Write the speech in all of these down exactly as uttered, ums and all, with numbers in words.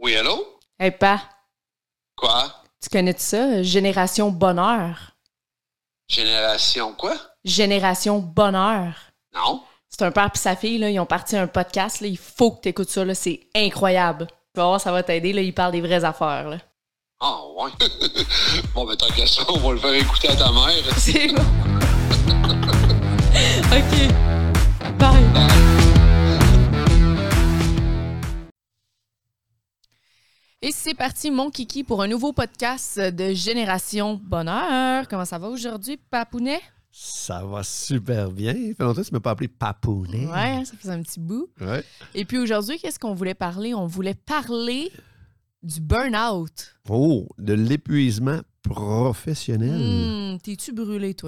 Oui, allô? Hey, Pa, Quoi? tu connais ça? Génération Bonheur. Génération quoi? Génération Bonheur. Non? C'est un père et sa fille, là, ils ont parti un podcast. Là, il faut que tu écoutes ça. Là, c'est incroyable. Tu vas voir, ça va t'aider. Là, ils parlent des vraies affaires. Là. Ah, ouais. Bon, ben, tant qu'à ça, on va le faire écouter à ta mère. C'est bon. OK. Bye. Et c'est parti, mon kiki, pour un nouveau podcast de Génération Bonheur. Comment ça va aujourd'hui, Papounet? Ça va super bien. Ça fait longtemps que tu ne m'as pas appelé Papounet. Ouais, ça faisait un petit bout. Ouais. Et puis aujourd'hui, qu'est-ce qu'on voulait parler? On voulait parler du burn-out. Oh, de l'épuisement professionnel. Hum, t'es-tu brûlé, toi?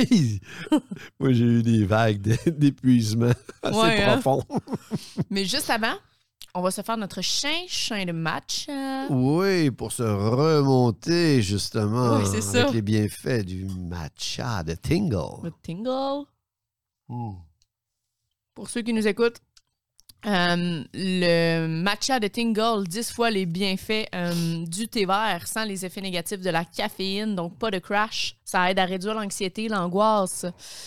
Moi, j'ai eu des vagues de- d'épuisement assez Ouais, hein? profonds. Mais juste avant, on va se faire notre chien-chien de match. euh. Oui, pour se remonter, justement, Oui, c'est ça. avec les bienfaits du matcha de Tingle. Le tingle. Mm. Pour ceux qui nous écoutent, euh, le matcha de Tingle, dix fois les bienfaits euh, du thé vert sans les effets négatifs de la caféine, donc pas de crash. Ça aide à réduire l'anxiété, l'angoisse.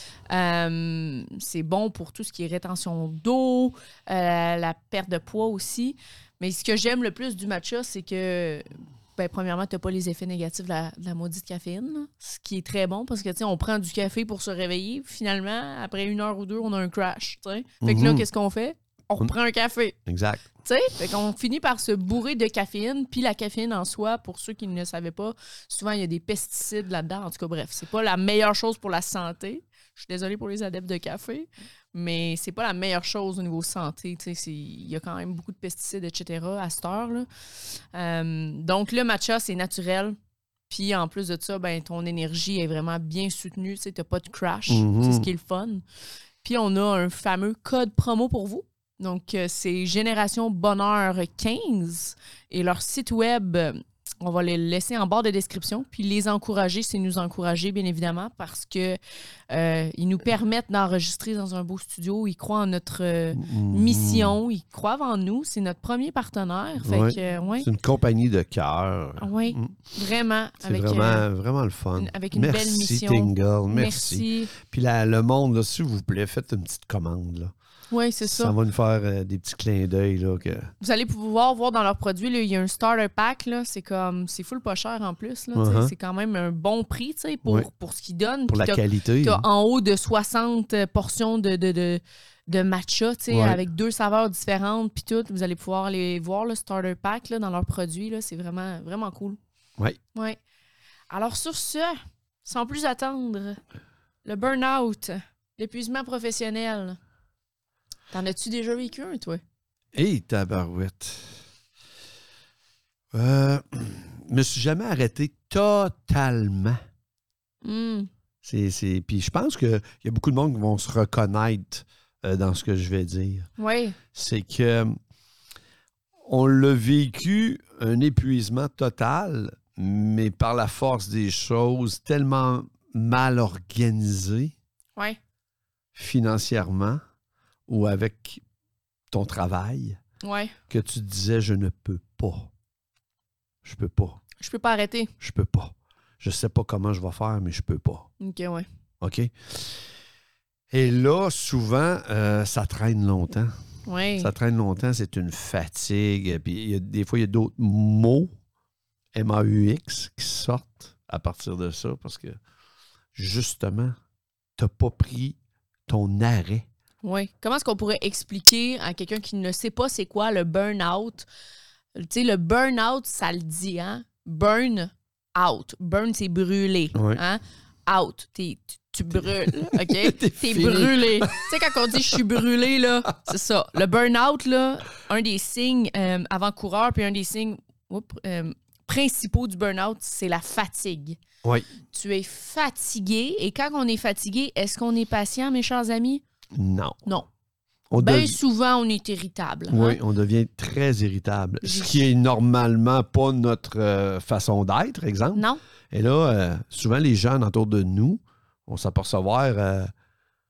Euh, c'est bon pour tout ce qui est rétention d'eau, euh, la perte de poids aussi. Mais ce que j'aime le plus du matcha, c'est que, ben, premièrement, tu n'as pas les effets négatifs de la, de la maudite caféine, là. Ce qui est très bon parce que, tu sais, on prend du café pour se réveiller. Finalement, après une heure ou deux, on a un crash, tu sais. Fait que là, Mhm. qu'est-ce qu'on fait? On reprend un café. Exact. Tu sais, fait qu'on finit par se bourrer de caféine. Puis la caféine en soi, pour ceux qui ne le savaient pas, souvent, il y a des pesticides là-dedans. En tout cas, bref, c'est pas la meilleure chose pour la santé. Je suis désolée pour les adeptes de café, mais c'est pas la meilleure chose au niveau santé. Tu sais, c'est- il y a quand même beaucoup de pesticides, et cetera à cette heure-là. Euh, donc, le matcha, c'est naturel. Puis, en plus de ça, ben, ton énergie est vraiment bien soutenue. Tu sais, t'as pas de crash. Mhm. C'est ce qui est le fun. Puis, on a un fameux code promo pour vous. Donc, euh, c'est Génération Bonheur quinze. Et leur site web, euh, on va les laisser en barre de description. Puis les encourager, c'est nous encourager, bien évidemment, parce que euh, ils nous permettent d'enregistrer dans un beau studio. Ils croient en notre euh, Mhm. mission. Ils croient en nous. C'est notre premier partenaire. Fait Ouais. que, euh, ouais. C'est une compagnie de cœur. Oui, Mm. vraiment. C'est avec, vraiment, euh, vraiment le fun. une- avec une merci, belle mission. Tingle. Merci. merci. Puis la- le monde, là, s'il vous plaît, faites une petite commande. Là. Oui, c'est ça. Ça va nous faire euh, des petits clins d'œil. Là, que... Vous allez pouvoir voir dans leurs produits, là, il y a un starter pack. Là, c'est comme c'est full pas cher en plus. Là, tu sais, Uh-huh. c'est quand même un bon prix, tu sais, pour, Oui. pour ce qu'ils donnent. Pour Puis la t'as- qualité. t'as en haut de soixante portions de, de, de, de matcha, tu sais, Ouais. avec deux saveurs différentes, puis tout. Vous allez pouvoir aller voir le starter pack là, dans leurs produits. Là, c'est vraiment, vraiment cool. Oui. Ouais. Alors sur ce, sans plus attendre, le burn-out, l'épuisement professionnel. T'en as-tu déjà vécu un, toi? Hey, tabarouette. Euh, je me suis jamais arrêté totalement. Hmm. C'est, c'est... Puis je pense qu'il y a beaucoup de monde qui vont se reconnaître euh, dans ce que je vais dire. Oui. C'est que on l'a vécu, un épuisement total, mais par la force des choses, tellement mal organisé Oui. financièrement ou avec ton travail Oui. que tu disais je ne peux pas. Je peux pas. Je peux pas arrêter. Je peux pas. Je sais pas comment je vais faire, mais je peux pas. OK, ouais. OK? Et là, souvent, euh, ça traîne longtemps. Oui. Ça traîne longtemps, c'est une fatigue. Puis il y a, des fois, il y a d'autres mots, M A U X, qui sortent à partir de ça parce que, justement, tu n'as pas pris ton arrêt. Oui. Comment est-ce qu'on pourrait expliquer à quelqu'un qui ne sait pas c'est quoi le burn-out? Tu sais, le burn-out, ça le dit, hein? Burn out. Burn, c'est brûler. Oui. Hein? Out. T'es- tu, tu brûles, OK? T'es, T'es fini. brûlé. Tu sais, quand on dit « je suis brûlé », là, c'est ça. Le burn-out, là, un des signes euh, avant-coureurs, puis un des signes oups, euh, principaux du burn-out, c'est la fatigue. Oui. Tu es fatigué, et quand on est fatigué, est-ce qu'on est patient, mes chers amis? Non. Non. On Bien dev- souvent, on est irritable. hein? Oui, on devient très irritable. Ce J'ai- qui est normalement pas notre euh, façon d'être, exemple. Non? Et là, euh, souvent, les jeunes autour de nous, on s'apercevoir, euh,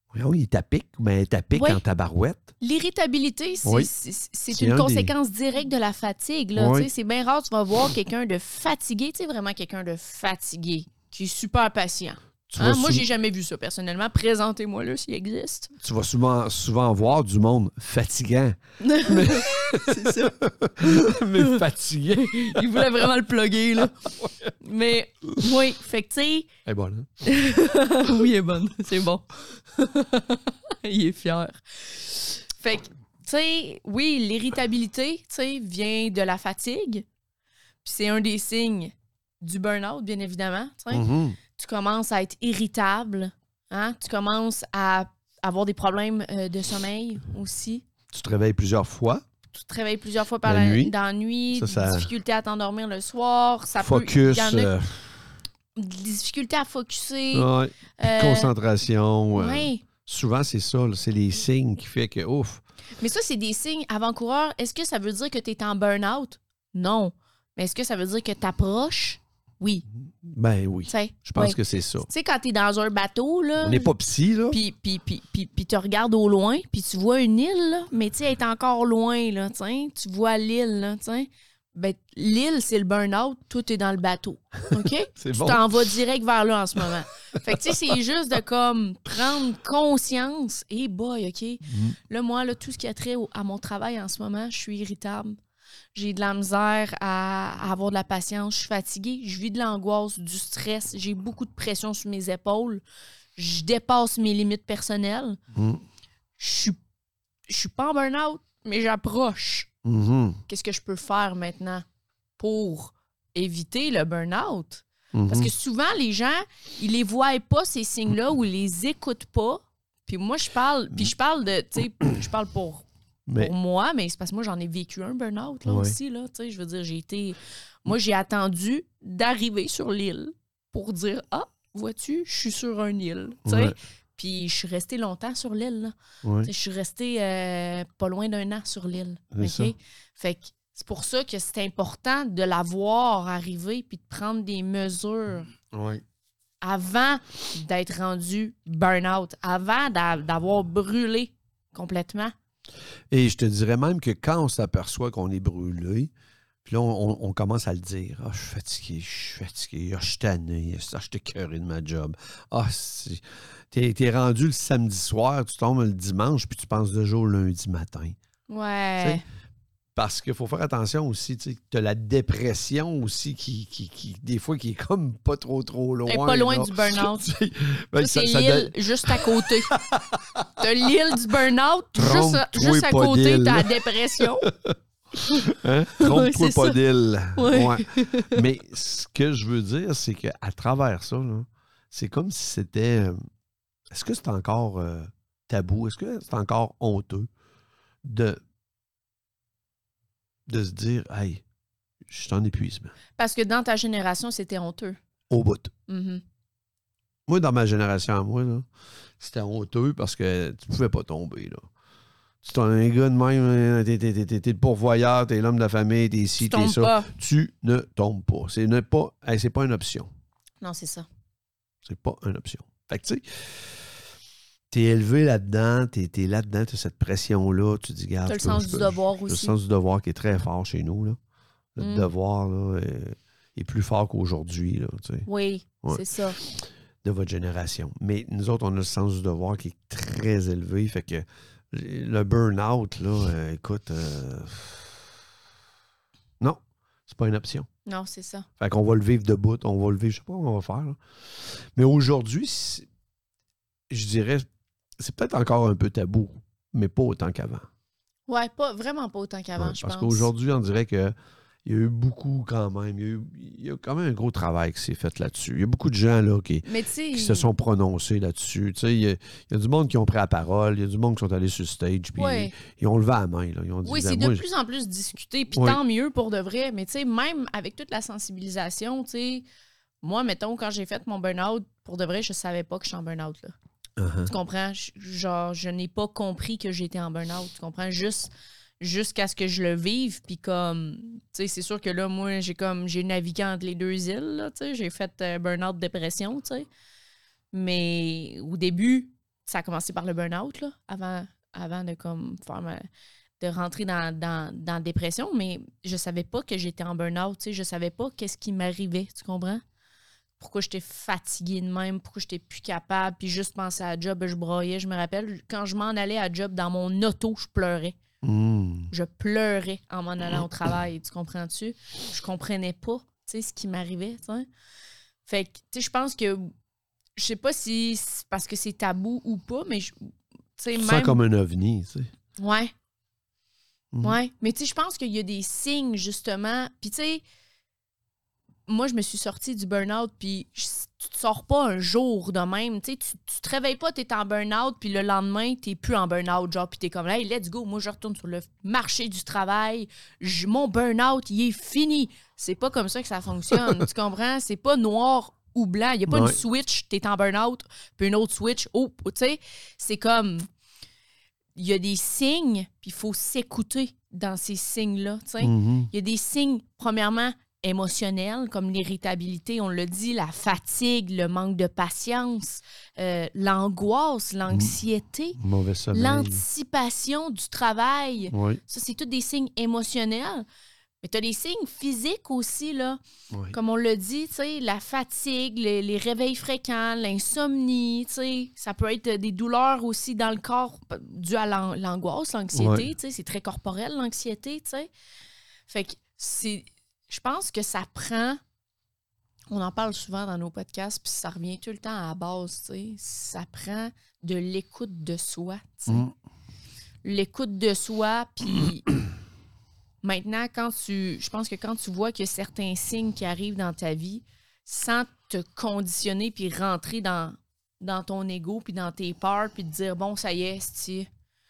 Oui, il est à pic, mais il est à pic Ouais. en tabarouette. L'irritabilité, c'est Oui. c'est- c'est C'est une un des- conséquence directe de la fatigue. Là, Oui. tu sais. C'est bien rare, tu vas voir quelqu'un de fatigué, tu sais, vraiment quelqu'un de fatigué, qui est super patient. Tu Hein? vas, Moi, sou- j'ai jamais vu ça, personnellement. Présentez-moi là s'il existe. tu vas souvent, souvent voir du monde fatigant. C'est ça. mais fatigué. Il voulait vraiment le plugger, là. Mais, oui, fait que, tu sais... Eh bon, là. oui, elle est bonne. C'est bon. Il est fier. Fait que, tu sais, oui, l'irritabilité, tu sais, vient de la fatigue. Puis c'est un des signes du burn-out, bien évidemment. Tu sais. Mhm. Tu commences à être irritable. Hein? Tu commences à avoir des problèmes euh, de sommeil aussi. Tu te réveilles plusieurs fois. Tu te réveilles plusieurs fois par La la, nuit. dans la nuit. Ça, ça- Difficulté à t'endormir le soir. Ça Focus. Peut, il y en a euh, des difficultés à focusser. ouais, puis Euh, concentration. euh, ouais. Souvent, c'est ça. là, C'est les signes qui fait que, ouf. Mais ça, c'est des signes avant-coureurs. Est-ce que ça veut dire que tu es en burn-out? Non. Mais est-ce que ça veut dire que tu approches? Oui. Ben oui. Tu sais, Je pense ouais. que c'est ça. Tu sais, quand tu es dans un bateau, là, On n'est pas psy, là. puis puis puis puis puis tu regardes au loin, puis tu vois une île, là, mais tu sais, elle est encore loin, là, tu sais. Tu vois l'île, là, tu sais. Ben, l'île, c'est le burn-out, tout est dans le bateau. OK? C'est tu bon. t'en vas direct vers là en ce moment. Fait que, tu sais, c'est juste de comme prendre conscience. Et boy, OK? Mhm. Là, moi, là, tout ce qui a trait au- à mon travail en ce moment, je suis irritable. J'ai de la misère à, à avoir de la patience. Je suis fatiguée. Je vis de l'angoisse, du stress. J'ai beaucoup de pression sur mes épaules. Je dépasse mes limites personnelles. Mhm. Je suis, je suis pas en burn-out, mais j'approche. Mhm. Qu'est-ce que je peux faire maintenant pour éviter le burn-out? Mhm. Parce que souvent, les gens, ils les voient pas, ces signes-là, ou ils les écoutent pas. Puis moi, je parle, puis je parle de, tu sais, je parle pour, Mais, pour moi, mais c'est parce que moi, j'en ai vécu un burn-out, là, Ouais. aussi, là, tu sais, je veux dire, j'ai été... Moi, j'ai attendu d'arriver sur l'île pour dire, ah, vois-tu, je suis sur une île, tu sais. Ouais. Puis je suis restée longtemps sur l'île, là. ouais. Tu sais, je suis restée euh, pas loin d'un an sur l'île. C'est ça. OK? Fait que c'est pour ça que c'est important de la voir arriver puis de prendre des mesures Ouais. avant d'être rendu burn-out, avant d'a- d'avoir brûlé complètement. Et je te dirais même que quand on s'aperçoit qu'on est brûlé, puis là, on, on- on commence à le dire. Ah, je suis fatigué, je suis fatigué, ah, je suis tanné, ah, je suis écœuré de ma job. Ah, c'est- t'es, t'es rendu le samedi soir, tu tombes le dimanche, puis tu penses déjà au lundi matin. Ouais. Tu sais, Parce qu'il faut faire attention aussi, tu as la dépression aussi qui, qui, qui, des fois, qui est comme pas trop, trop loin. Elle est pas loin là. du burn-out. Tu sais, ben, Ça, c'est ça- ça l'île donne- juste à côté. T'as l'île du burn-out, juste, Trompe-toi juste à pas côté, d'île. t'as la dépression. Hein? Ouais, Trompe-toi c'est pas ça. d'île. Ouais. Ouais. Mais ce que je veux dire, c'est qu'à travers ça, là, c'est comme si c'était... euh, Est-ce que c'est encore euh, tabou? Est-ce que c'est encore honteux de, de se dire « Hey, je suis en épuisement. Parce que dans ta génération, c'était honteux. » Au bout. Mhm. Moi, dans ma génération à moi, là, c'était honteux parce que tu pouvais pas tomber, là. Tu es un gars de même, t'es, t'es, t'es, t'es le pourvoyeur, t'es l'homme de la famille, t'es ci, Tu t'es tombes ça. pas. Tu ne tombes pas. C'est ne pas, hey, c'est pas une option. Non, c'est ça. C'est pas une option. Fait que tu sais, t'es élevé là-dedans, t'es, t'es là-dedans, t'as cette pression-là, tu te dis, regarde, T'as le je peux- sens je du peux- devoir Le aussi. sens du devoir qui est très fort chez nous, là. Le Mm. devoir, là, est, est plus fort qu'aujourd'hui, là, tu sais, Oui, Ouais. c'est ça. de votre génération. Mais nous autres, on a le sens du devoir qui est très élevé, fait que le burn-out, là, euh, écoute, euh, non, c'est pas une option. Non, c'est ça. Fait qu'on va le vivre debout, on va le vivre, je sais pas comment on va faire. Là. Mais aujourd'hui, c'est- je dirais, c'est peut-être encore un peu tabou, mais pas autant qu'avant. Ouais, pas, vraiment pas autant qu'avant, Ouais, je parce pense. qu'aujourd'hui, on dirait que il y a eu beaucoup quand même. Il y a, eu- il y a quand même un gros travail qui s'est fait là-dessus. Il y a beaucoup de gens là, qui, Mais tu sais, qui se sont prononcés là-dessus. Tu sais, il, y a, il y a du monde qui ont pris la parole, il y a du monde qui sont allés sur stage, puis ouais. ils, ils ont levé la main. Là. Ils ont dit, Oui, ben, c'est moi, de je- plus en plus discuté, puis Oui. tant mieux pour de vrai. Mais tu sais, même avec toute la sensibilisation, tu sais, moi, mettons, quand j'ai fait mon burn-out, pour de vrai, je savais pas que je suis en burn-out, là. Uh-huh. Tu comprends? Je- Genre, je n'ai pas compris que j'étais en burn-out. Tu comprends? Juste jusqu'à ce que je le vive. Puis comme, tu sais, c'est sûr que là, moi, j'ai comme, j'ai navigué entre les deux îles, là, tu sais. J'ai fait euh, burn-out, dépression, tu sais. Mais au début, tu ça a commencé par le burn-out, là, avant, avant de comme faire ma, de rentrer dans, dans, dans la dépression, mais je savais pas que j'étais en burn-out, tu sais, je savais pas qu'est-ce qui m'arrivait, tu comprends? Pourquoi j'étais fatiguée de même, pourquoi j'étais plus capable, puis juste penser à la job, je broyais. Je me rappelle, quand je m'en allais à la job, dans mon auto, je pleurais. Mm. Je pleurais en m'en allant au travail, tu comprends-tu? Je comprenais pas, tu sais, ce qui m'arrivait, tu sais. Fait que, tu sais, je pense que, je sais pas si c'est parce que c'est tabou ou pas, mais, tu sais, même... sens comme un ovni, tu sais. Ouais. Mm. Ouais. Mais, tu sais, je pense qu'il y a des signes, justement, puis, tu sais, moi, je me suis sortie du burn-out, puis tu te sors pas un jour de même. Tu sais, tu, tu te réveilles pas, t'es en burn-out, puis le lendemain, t'es plus en burn-out, genre, puis t'es comme, hey, let's go, moi, je retourne sur le marché du travail. Je, mon burn-out, il est fini. C'est pas comme ça que ça fonctionne. Tu comprends? C'est pas noir ou blanc. Il y a pas Ouais. une switch, t'es en burn-out, puis une autre switch. Oh, tu sais, c'est comme, il y a des signes, puis il faut s'écouter dans ces signes-là, tu sais. Mhm. Il y a des signes, premièrement, émotionnels, comme l'irritabilité, on l'a dit, la fatigue, le manque de patience, euh, l'angoisse, l'anxiété, Mauvais sommeil. l'anticipation du travail. Oui, Ça, c'est tous des signes émotionnels. Mais tu as des signes physiques aussi, là. oui. Comme on l'a dit, tu sais, la fatigue, les, les réveils fréquents, l'insomnie, tu sais. Ça peut être des douleurs aussi dans le corps dues à l'an- l'angoisse, l'anxiété, Ouais. tu sais. C'est très corporel, l'anxiété, tu sais. Fait que c'est... Je pense que ça prend... On en parle souvent dans nos podcasts, puis ça revient tout le temps à la base, tu sais. Ça prend de l'écoute de soi, tu sais. Mm. L'écoute de soi, puis... Maintenant, quand tu, je pense que quand tu vois qu'il y a certains signes qui arrivent dans ta vie, sans te conditionner puis rentrer dans, dans ton ego puis dans tes peurs puis te dire, bon, ça y est, esti,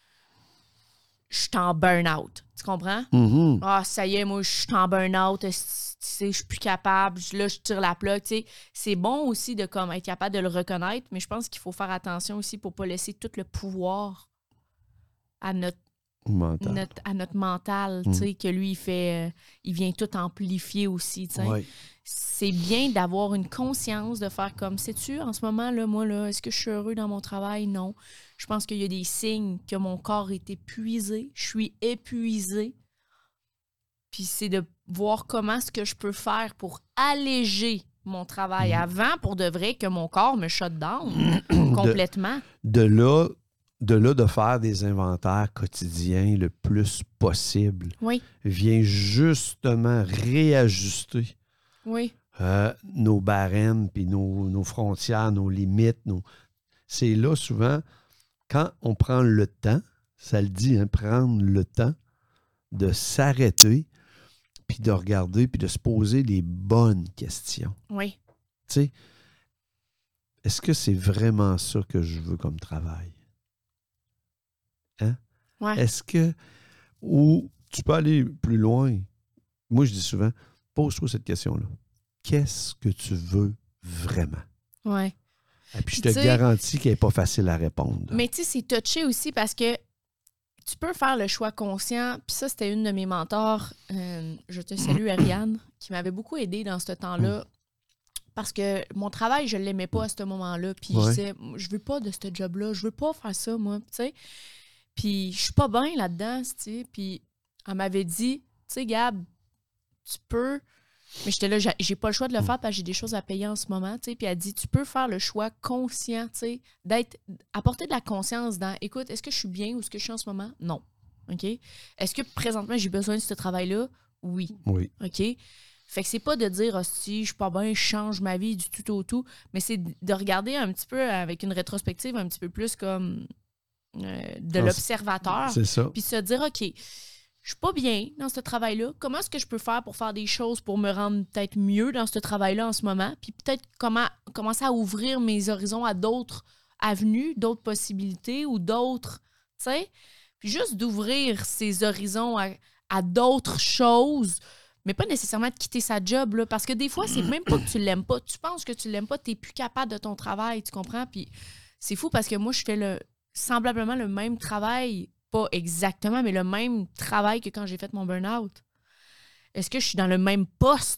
je suis en burn-out. Tu comprends? Mhm. Ah, ça y est, moi, je suis en burn-out, esti, tu sais, je suis plus capable, là, je tire la plug, tu sais. C'est bon aussi de comme, être capable de le reconnaître, mais je pense qu'il faut faire attention aussi pour pas laisser tout le pouvoir à notre Mental. Notre, à notre mental, tu sais, que lui, il fait, euh, il vient tout amplifier aussi, tu sais. Ouais. C'est bien d'avoir une conscience, de faire comme, sais-tu, en ce moment, là, moi, là, est-ce que je suis heureux dans mon travail? Non. Je pense qu'il y a des signes que mon corps est épuisé, je suis épuisée. Puis c'est de voir comment est-ce que je peux faire pour alléger mon travail avant, pour de vrai, que mon corps me shut down complètement. De là, de là de faire des inventaires quotidiens le plus possible Oui, vient justement réajuster oui, euh, nos barèmes, puis nos, nos frontières, nos limites. Nos... C'est là souvent, quand on prend le temps, ça le dit, hein, prendre le temps de s'arrêter, puis de regarder, puis de se poser les bonnes questions. oui. Tu sais, est-ce que c'est vraiment ça que je veux comme travail? Hein? Ouais. Est-ce que... Ou tu peux aller plus loin. Moi, je dis souvent, pose-toi cette question-là. Qu'est-ce que tu veux vraiment? Ouais. Et puis, je Tu te sais- garantis qu'elle n'est pas facile à répondre. Mais tu sais, c'est touché aussi parce que tu peux faire le choix conscient. Puis ça, c'était une de mes mentors. euh, je te salue, Ariane, qui m'avait beaucoup aidée dans ce temps-là. Parce que mon travail, je ne l'aimais pas à ce moment-là. Puis Ouais. je disais, je veux pas de ce job-là. Je veux pas faire ça, moi. Tu sais. Puis je suis pas bien là-dedans, tu sais. Puis elle m'avait dit, tu sais, Gab, tu peux... Mais j'étais là, j'ai j'ai pas le choix de le faire parce que j'ai des choses à payer en ce moment, tu sais. Puis elle dit, tu peux faire le choix conscient, tu sais, d'être, apporter de la conscience dans, écoute, est-ce que je suis bien ou est-ce que je suis en ce moment? Non. OK? Est-ce que présentement, j'ai besoin de ce travail-là? Oui. Oui. OK? Fait que c'est pas de dire, ah, si, je suis pas bien, je change ma vie du tout au tout, mais c'est de regarder un petit peu avec une rétrospective un petit peu plus comme euh, de Ah, l'observateur. C'est ça. Puis se dire, OK, je suis pas bien dans ce travail-là. Comment est-ce que je peux faire pour faire des choses pour me rendre peut-être mieux dans ce travail-là en ce moment? Puis peut-être comment commencer à ouvrir mes horizons à d'autres avenues, d'autres possibilités ou d'autres, tu sais? Puis juste d'ouvrir ses horizons à, à d'autres choses, mais pas nécessairement de quitter sa job, là, parce que des fois, c'est même pas que tu l'aimes pas. Tu penses que tu l'aimes pas, t'es plus capable de ton travail, tu comprends? Puis c'est fou parce que moi, je fais le semblablement le même travail, pas exactement, mais le même travail que quand j'ai fait mon burn-out. Est-ce que je suis dans le même poste?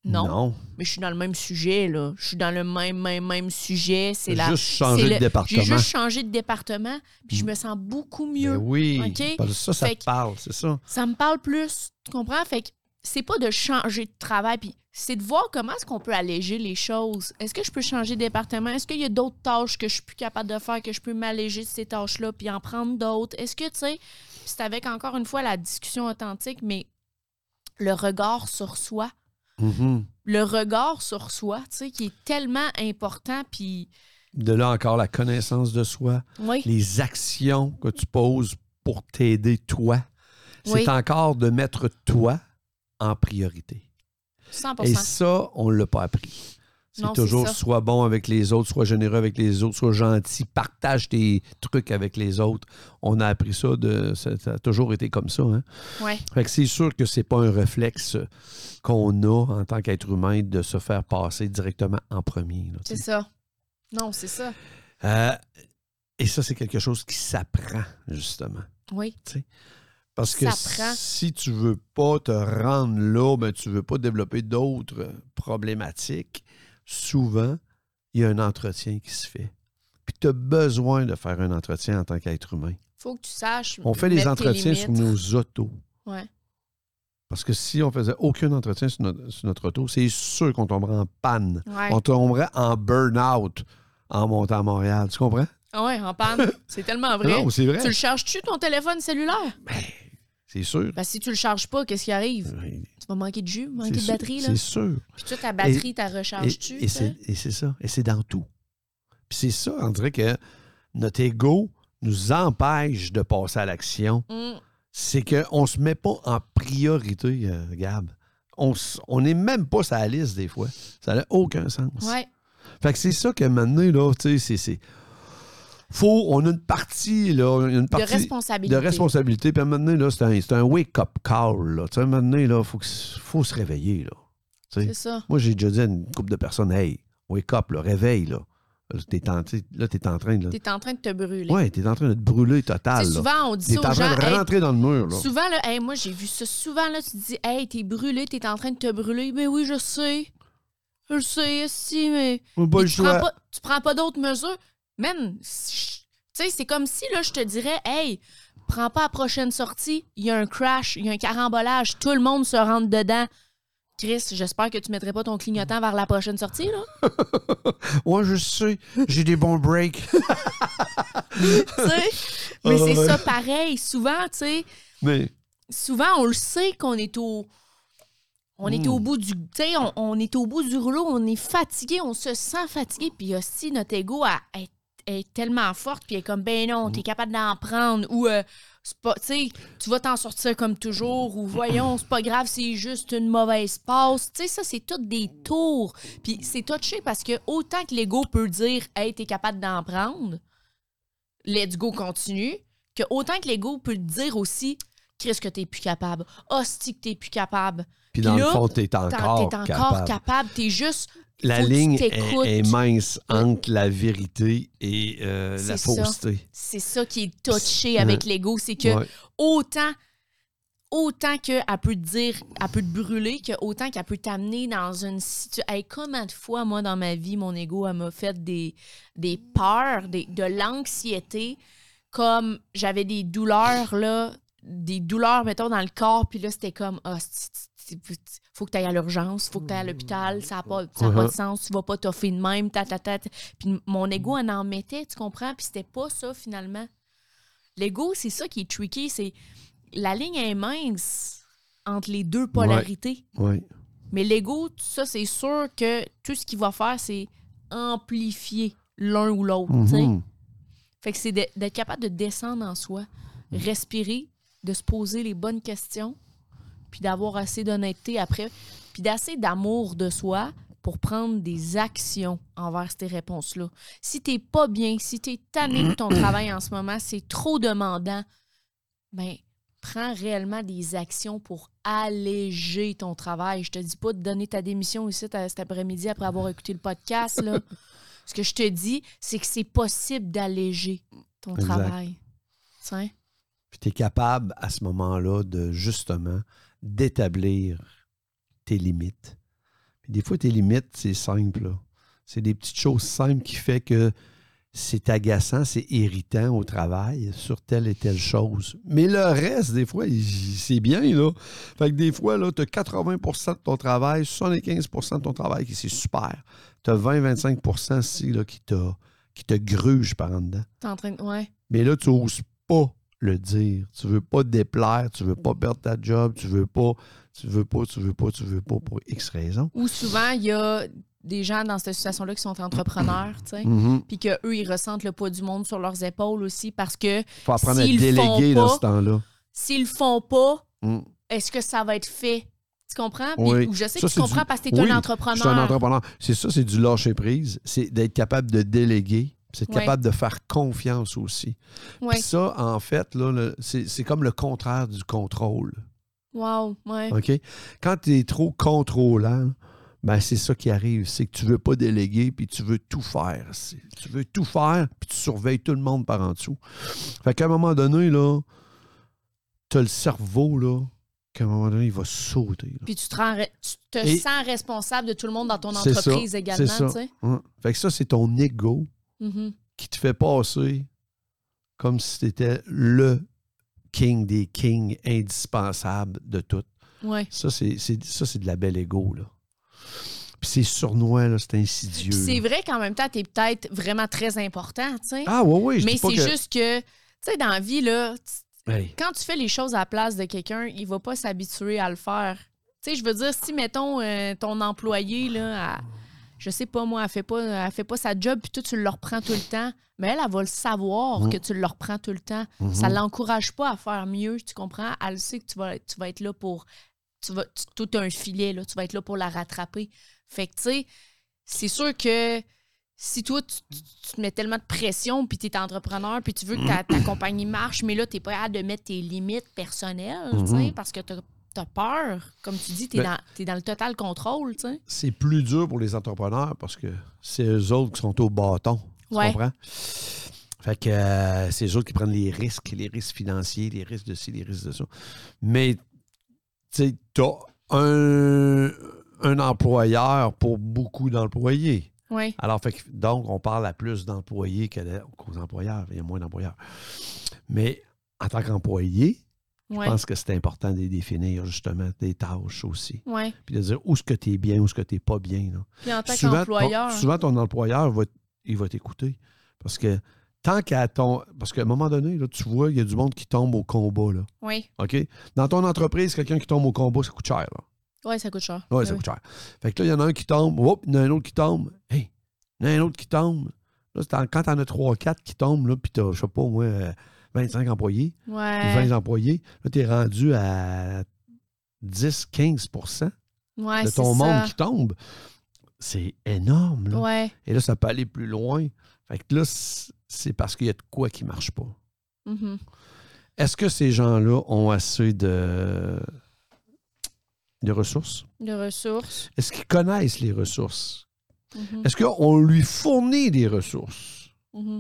Non. Non. Mais je suis dans le même sujet, là. Je suis dans le même, même, même sujet. C'est la, juste changé c'est de le, département. J'ai juste changé de département, puis je me sens beaucoup mieux. Ben oui, OK? parce que ça, ça Fait te que parle, c'est ça. Ça me parle plus, tu comprends? Fait que c'est pas de changer de travail, puis c'est de voir comment est-ce qu'on peut alléger les choses. Est-ce que je peux changer de département? Est-ce qu'il y a d'autres tâches que je suis plus capable de faire, que je peux m'alléger de ces tâches-là, puis en prendre d'autres? Est-ce que, tu sais, c'est avec, encore une fois, la discussion authentique, mais le regard sur soi, Mm-hmm. le regard sur soi, tu sais, qui est tellement important, puis... De là encore, la connaissance de soi, Oui. les actions que tu poses pour t'aider, toi. C'est Oui. encore de mettre toi en priorité. cent pour cent. Et ça, on ne l'a pas appris. C'est Non, c'est toujours ça. sois bon avec les autres, sois généreux avec les autres, sois gentil, partage tes trucs avec les autres. On a appris ça, de, ça, ça a toujours été comme ça. Hein? Ouais. Fait que c'est sûr que c'est pas un réflexe qu'on a en tant qu'être humain de se faire passer directement en premier. Là, C'est ça. Non, c'est ça. euh, et ça, c'est quelque chose qui s'apprend, justement. Oui. T'sais. Parce que S'apprend. si tu veux pas te rendre là, ben, tu veux pas développer d'autres problématiques, souvent, il y a un entretien qui se fait. Puis tu as besoin de faire un entretien en tant qu'être humain. Faut que tu saches. On fait les mettre tes entretiens sur limites. nos autos. Ouais. Parce que si on faisait aucun entretien sur notre, sur notre auto, c'est sûr qu'on tomberait en panne. Ouais. On tomberait en burn-out en montant à Montréal. Tu comprends? Ah ouais, en panne. C'est tellement vrai. Non, c'est vrai. Tu le charges-tu, ton téléphone cellulaire? Ben, c'est sûr. Ben, si tu le charges pas, qu'est-ce qui arrive? Oui, Tu vas manquer de jus, manquer c'est de sûr, batterie, là. C'est sûr. Puis toi, ta batterie, Et- ta Et, recharges-tu? et tu sais? c'est, et c'est ça. Et c'est dans tout. Puis c'est ça, on dirait que notre ego nous empêche de passer à l'action. Mm. C'est qu'on ne se met pas en priorité, euh, Gab. On n'est même pas sur la liste des fois. Ça n'a aucun sens. Ouais. Fait que c'est ça que maintenant, là, tu sais, c'est, c'est... Faut, on a une partie, là, une De partie responsabilité. de responsabilité. Puis maintenant, là, c'est un, c'est un wake-up call, là. Tu sais, maintenant, là, il faut, que- faut se réveiller, là. Tu sais. C'est ça. Moi, j'ai déjà dit à une couple de personnes, hey, wake up, là, réveille, là. Là, t'es en, tu sais, là, t'es en train de... T'es en train de te brûler. Ouais, t'es en train de te brûler Tu total, sais, là. souvent, on dit T'es ça en aux gens. train de hey, rentrer dans le mur, là. souvent, là, hey, moi, j'ai vu ça. Souvent, là, tu te dis, hey, t'es brûlé, t'es en train de te brûler. Mais oui, je sais. Je sais, si, mais. On a pas mais le tu, prends choix. pas, tu prends pas d'autres mesures. Man, si- tu sais, c'est comme si, là, je te dirais, hey, prends pas la prochaine sortie, il y a un crash, il y a un carambolage, tout le monde se rentre dedans. Chris, j'espère que tu mettrais pas ton clignotant vers la prochaine sortie, là. Ouais, je sais, j'ai des bons breaks. Tu sais? Mais Ah, c'est ouais. ça pareil. Souvent, tu sais, Mais, souvent, on le sait qu'on est au. On est Mm. au bout du. Tu sais, on, on est au bout du rouleau, on est fatigué, on se sent fatigué. Puis aussi, notre ego elle, elle- elle est tellement forte, puis elle est comme, ben non, t'es capable d'en prendre. Ou, euh, c'est pas. Tu sais, tu vas t'en sortir comme toujours. Ou, voyons, c'est pas grave, c'est juste une mauvaise passe. Tu sais, ça, c'est tout des tours. Puis c'est touché parce que autant que l'ego peut dire, hey, t'es capable d'en prendre, let's go, continue, que autant que l'ego peut te dire aussi, Chris, que t'es plus capable. Hostie, que t'es plus capable. puis dans là, le fond, t'es T'en- encore, T'es encore capable. capable. T'es juste. La faut que tu ligne est, t'écoutes. est mince entre la vérité et euh, la C'est ça. fausseté. C'est ça qui est touché avec l'ego. C'est que Ouais. autant, autant qu'elle peut te dire, elle peut te brûler, que autant qu'elle peut t'amener dans une situation. Hey, combien de fois, moi, dans ma vie, mon ego, elle m'a fait des, des peurs, des, de l'anxiété, comme j'avais des douleurs, là, des douleurs, mettons, dans le corps, puis là, c'était comme, ah, c'est- c'est- c'est- faut que tu ailles à l'urgence, faut que tu ailles à l'hôpital, ça n'a pas, ça a pas de sens, tu vas pas t'offrir de même, ta, ta, ta, ta. Puis mon ego, elle en mettait, tu comprends? Puis c'était pas ça, finalement. L'ego, c'est ça qui est tricky, c'est la ligne est mince entre les deux polarités. Oui. Mais l'ego, ça, c'est sûr que tout ce qu'il va faire, c'est amplifier l'un ou l'autre, tu sais. Mhm. Fait que c'est de- d'être capable de descendre en soi, respirer, de se poser les bonnes questions, puis d'avoir assez d'honnêteté après, puis d'assez d'amour de soi pour prendre des actions envers ces réponses-là. Si t'es pas bien, si t'es tanné de ton travail en ce moment, c'est trop demandant, ben prends réellement des actions pour alléger ton travail. Je te dis pas de donner ta démission ici t- cet après-midi après avoir écouté le podcast, là. Ce que je te dis, c'est que c'est possible d'alléger ton Exact. travail. Tiens. Puis tu es capable à ce moment-là de justement d'établir tes limites. Puis des fois, tes limites, c'est simple. Là. C'est des petites choses simples qui font que c'est agaçant, c'est irritant au travail sur telle et telle chose. Mais le reste, des fois, c'est bien, là. Fait que des fois, là, tu as quatre-vingts pour cent de ton travail, soixante-quinze pour cent de ton travail qui c'est super. Tu as vingt à vingt-cinq pour cent ici, là, qui, t'a, qui te gruge par en dedans. T'es en train de... Ouais. Mais là, tu n'oses pas le dire. Tu veux pas te déplaire, tu veux pas perdre ta job, tu veux pas, tu veux pas, tu veux pas, tu veux pas pour X raisons. Ou souvent, il y a des gens dans cette situation-là qui sont entrepreneurs, tu sais, Mm-hmm. puis qu'eux, ils ressentent le poids du monde sur leurs épaules aussi parce que Faut apprendre s'ils à déléguer font dans pas, ce temps-là. S'ils le font pas, Mm. est-ce que ça va être fait? Tu comprends? Puis, Oui. ou je sais Ça, que tu c'est comprends du- parce que tu es oui, un entrepreneur. Je suis un entrepreneur. C'est ça, c'est du lâcher-prise. C'est d'être capable de déléguer. C'est Ouais. capable de faire confiance aussi. Ouais. Puis ça, en fait, là, le- c'est, c'est comme le contraire du contrôle. Wow, ouais. OK? Quand tu es trop contrôlant, ben c'est ça qui arrive. C'est que tu veux pas déléguer puis tu veux tout faire. C'est- tu veux tout faire puis tu surveilles tout le monde par en dessous. Fait qu'à un moment donné, là, tu as le cerveau, là, qu'à un moment donné, il va sauter. Là. Puis tu te, rends re- tu te Et- sens responsable de tout le monde dans ton C'est entreprise ça, également, c'est ça. tu sais. Hein? Fait que ça, c'est ton ego Mhm. qui te fait passer comme si tu étais le king des kings indispensable de tout. Ouais. Ça, c'est, c'est, ça, c'est de la belle ego, là. Puis c'est sournois, là, c'est insidieux. Puis c'est là. vrai qu'en même temps, tu es peut-être vraiment très important, tu sais. Ah, oui, oui. je Mais dis pas c'est que... juste que, tu sais, dans la vie, là, tu- Hey. quand tu fais les choses à la place de quelqu'un, il va pas s'habituer à le faire. Tu sais, je veux dire, si, mettons, euh, ton employé, là, elle- je sais pas, moi, elle fait pas, elle fait pas sa job, puis toi, tu le reprends tout le temps, mais elle, elle va le savoir Mm. que tu le reprends tout le temps. Mhm. Ça l'encourage pas à faire mieux, tu comprends? Elle sait que tu vas, tu vas être là pour... Tu vas, tu, toi, t'as un filet, là, tu vas être là pour la rattraper. Fait que, tu sais, c'est sûr que si toi, tu, tu- tu te mets tellement de pression, puis tu es entrepreneur, puis tu veux que ta, ta compagnie marche, mais là, tu n'es pas capable de mettre tes limites personnelles, tu sais, Mhm. parce que tu as peur. Comme tu dis, tu es, Ben- dans, t'es dans le total contrôle, tu sais. C'est plus dur pour les entrepreneurs parce que c'est eux autres qui sont au bâton. Tu Ouais. comprends? Fait que euh, c'est eux autres qui prennent les risques, les risques financiers, les risques de ci, les risques de ça. Mais, tu sais, t'as un, un employeur pour beaucoup d'employés. Oui. Alors, fait que, donc, on parle à plus d'employés que de- qu'aux employeurs. Il y a moins d'employeurs. Mais en tant qu'employé, Ouais. je pense que c'est important de définir justement des tâches aussi. Ouais. Puis de dire où est-ce que tu es bien, où est-ce que tu n'es pas bien. Là. Puis en tant Souvent, qu'employeur. ton, souvent, ton employeur, va, il va t'écouter. Parce que tant qu'à ton. Parce qu'à un moment donné, là, tu vois, il y a du monde qui tombe au combat. Là, Oui. OK? Dans ton entreprise, quelqu'un qui tombe au combat, ça coûte cher. Là. Oui, ça coûte cher. Oui, ça Oui. coûte cher. Fait que là, il y en a un qui tombe, hop, il y en a un autre qui tombe. Hey, il y en a un autre qui tombe. Là, c'est en- quand tu en as trois quatre qui tombent, là, puis tu as, je sais pas, moi, euh, vingt-cinq employés, Ouais. vingt employés, là, tu es rendu à dix à quinze pour cent Ouais, de c'est ton monde ça. qui tombe. C'est énorme. Là. Ouais. Et là, ça peut aller plus loin. Fait que là, c- c'est parce qu'il y a de quoi qui ne marche pas. Mhm. Est-ce que ces gens-là ont assez de, de ressources? De ressources. Est-ce qu'ils connaissent les ressources? Mhm. Est-ce qu'on lui fournit des ressources? Mhm.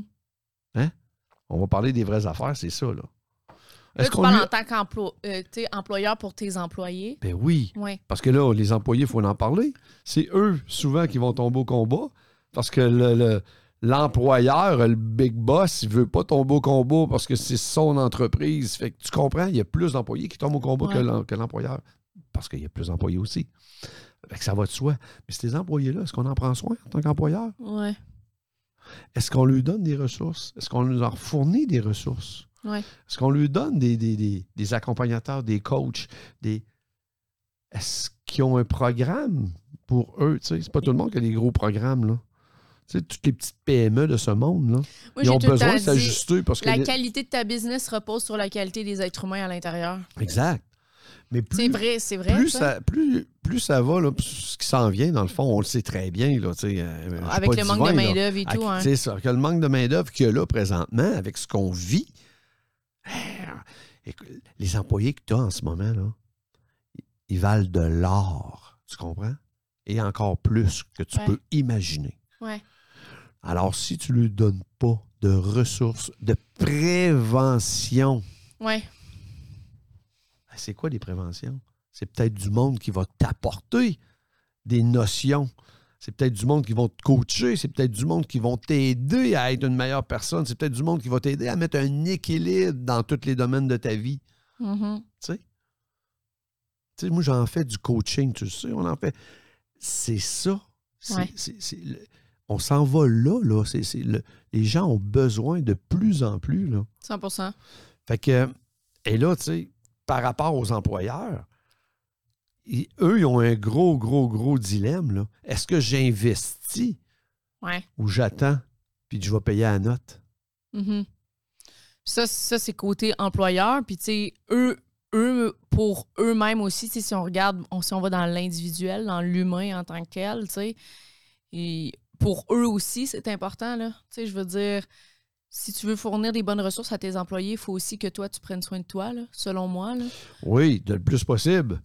On va parler des vraies affaires, c'est ça, là. Là, Est-ce tu qu'on parles lui... en tant qu'employeur pour tes employés. Ben oui. Oui. Parce que là, les employés, il faut en parler. C'est eux, souvent, qui vont tomber au combat. Parce que le, le- l'employeur, le big boss, il veut pas tomber au combat parce que c'est son entreprise. Fait que tu comprends, il y a plus d'employés qui tombent au combat Ouais. que, l'em- que l'employeur. Parce qu'il y a plus d'employés aussi. Fait que ça va de soi. Mais ces employés-là, est-ce qu'on en prend soin en tant qu'employeur? Oui. Est-ce qu'on lui donne des ressources? Est-ce qu'on leur fournit des ressources? Oui. Est-ce qu'on lui donne des, des, des, des accompagnateurs, des coachs, des. Est-ce qu'ils ont un programme pour eux? Tu sais, c'est pas tout le monde qui a des gros programmes, là. Tu sais, toutes les petites P M E de ce monde, là. Moi, ils j'ai ont tout le besoin temps de dit, s'ajuster parce que. la les- qualité de ta business repose sur la qualité des êtres humains à l'intérieur. Exact. Mais plus, C'est vrai, c'est vrai. plus, ça. ça, plus, plus ça va, là, plus ce qui s'en vient, dans le fond, on le sait très bien, là. Tu sais, euh, je suis Avec pas le manque divin, de là. main-d'œuvre et Avec- tout. Hein. C'est ça, que le manque de main-d'œuvre qu'il y a là présentement, avec ce qu'on vit, écoute, les employés que tu as en ce moment, là, ils valent de l'or. Tu comprends? Et encore plus que tu Ouais. peux imaginer. Ouais. Alors, si tu ne lui donnes pas de ressources, de prévention, Ouais. ben, c'est quoi des préventions? C'est peut-être du monde qui va t'apporter des notions. C'est peut-être du monde qui vont te coacher, c'est peut-être du monde qui vont t'aider à être une meilleure personne, c'est peut-être du monde qui va t'aider à mettre un équilibre dans tous les domaines de ta vie. Mm-hmm. Tu sais? Tu sais, moi, j'en fais du coaching, tu sais, on en fait. C'est ça. C'est, Ouais. c'est, c'est le, on s'en va là, là. C'est, c'est le, les gens ont besoin de plus en plus, là. cent pour cent. Fait que, et là, tu sais, par rapport aux employeurs, ils, eux, ils ont un gros, gros, gros dilemme, là. Est-ce que j'investis Ouais. ou j'attends puis je vais payer à la note? Mm-hmm. Ça, ça, c'est côté employeur. Puis, tu sais, eux, eux, pour eux-mêmes aussi, tu sais, si on regarde, on, si on va dans l'individuel, dans l'humain en tant que tel, tu sais, et pour eux aussi, c'est important, là. Tu sais, je veux dire, si tu veux fournir des bonnes ressources à tes employés, il faut aussi que toi, tu prennes soin de toi, là, selon moi, là. Oui, de le plus possible.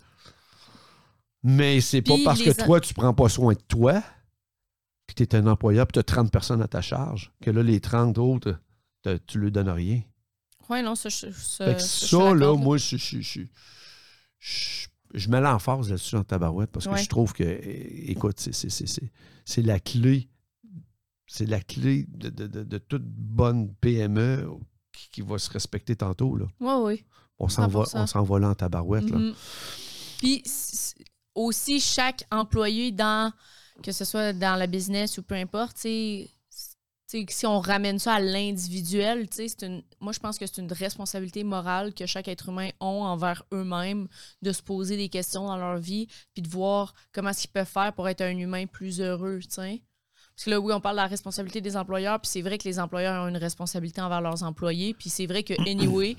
Mais c'est pas Puis parce que les- toi, tu prends pas soin de toi, puis que tu es un employeur, puis tu as trente personnes à ta charge, que là, les trente autres, te- tu leur donnes rien. Oui, non, ça, je, ça, Fait que ça, je suis ça, là, d'accord, moi, je, je, je, je, je mets l'emphase là-dessus en tabarouette parce que Ouais. je trouve que, é- écoute, c'est, c'est, c'est, c'est, c'est la clé, c'est la clé de, de, de, de toute bonne P M E qui, qui va se respecter tantôt, là. Oui, oui. On s'en va, cent pour cent. on s'en va là en tabarouette, là. Mhm. Puis c- aussi, chaque employé, dans que ce soit dans la business ou peu importe, tu sais, tu sais, si on ramène ça à l'individuel, tu sais, c'est une, moi, je pense que c'est une responsabilité morale que chaque être humain a envers eux-mêmes de se poser des questions dans leur vie puis de voir comment est-ce qu'ils peuvent faire pour être un humain plus heureux, tu sais. Parce que là, oui, on parle de la responsabilité des employeurs, puis c'est vrai que les employeurs ont une responsabilité envers leurs employés, puis c'est vrai que, anyway,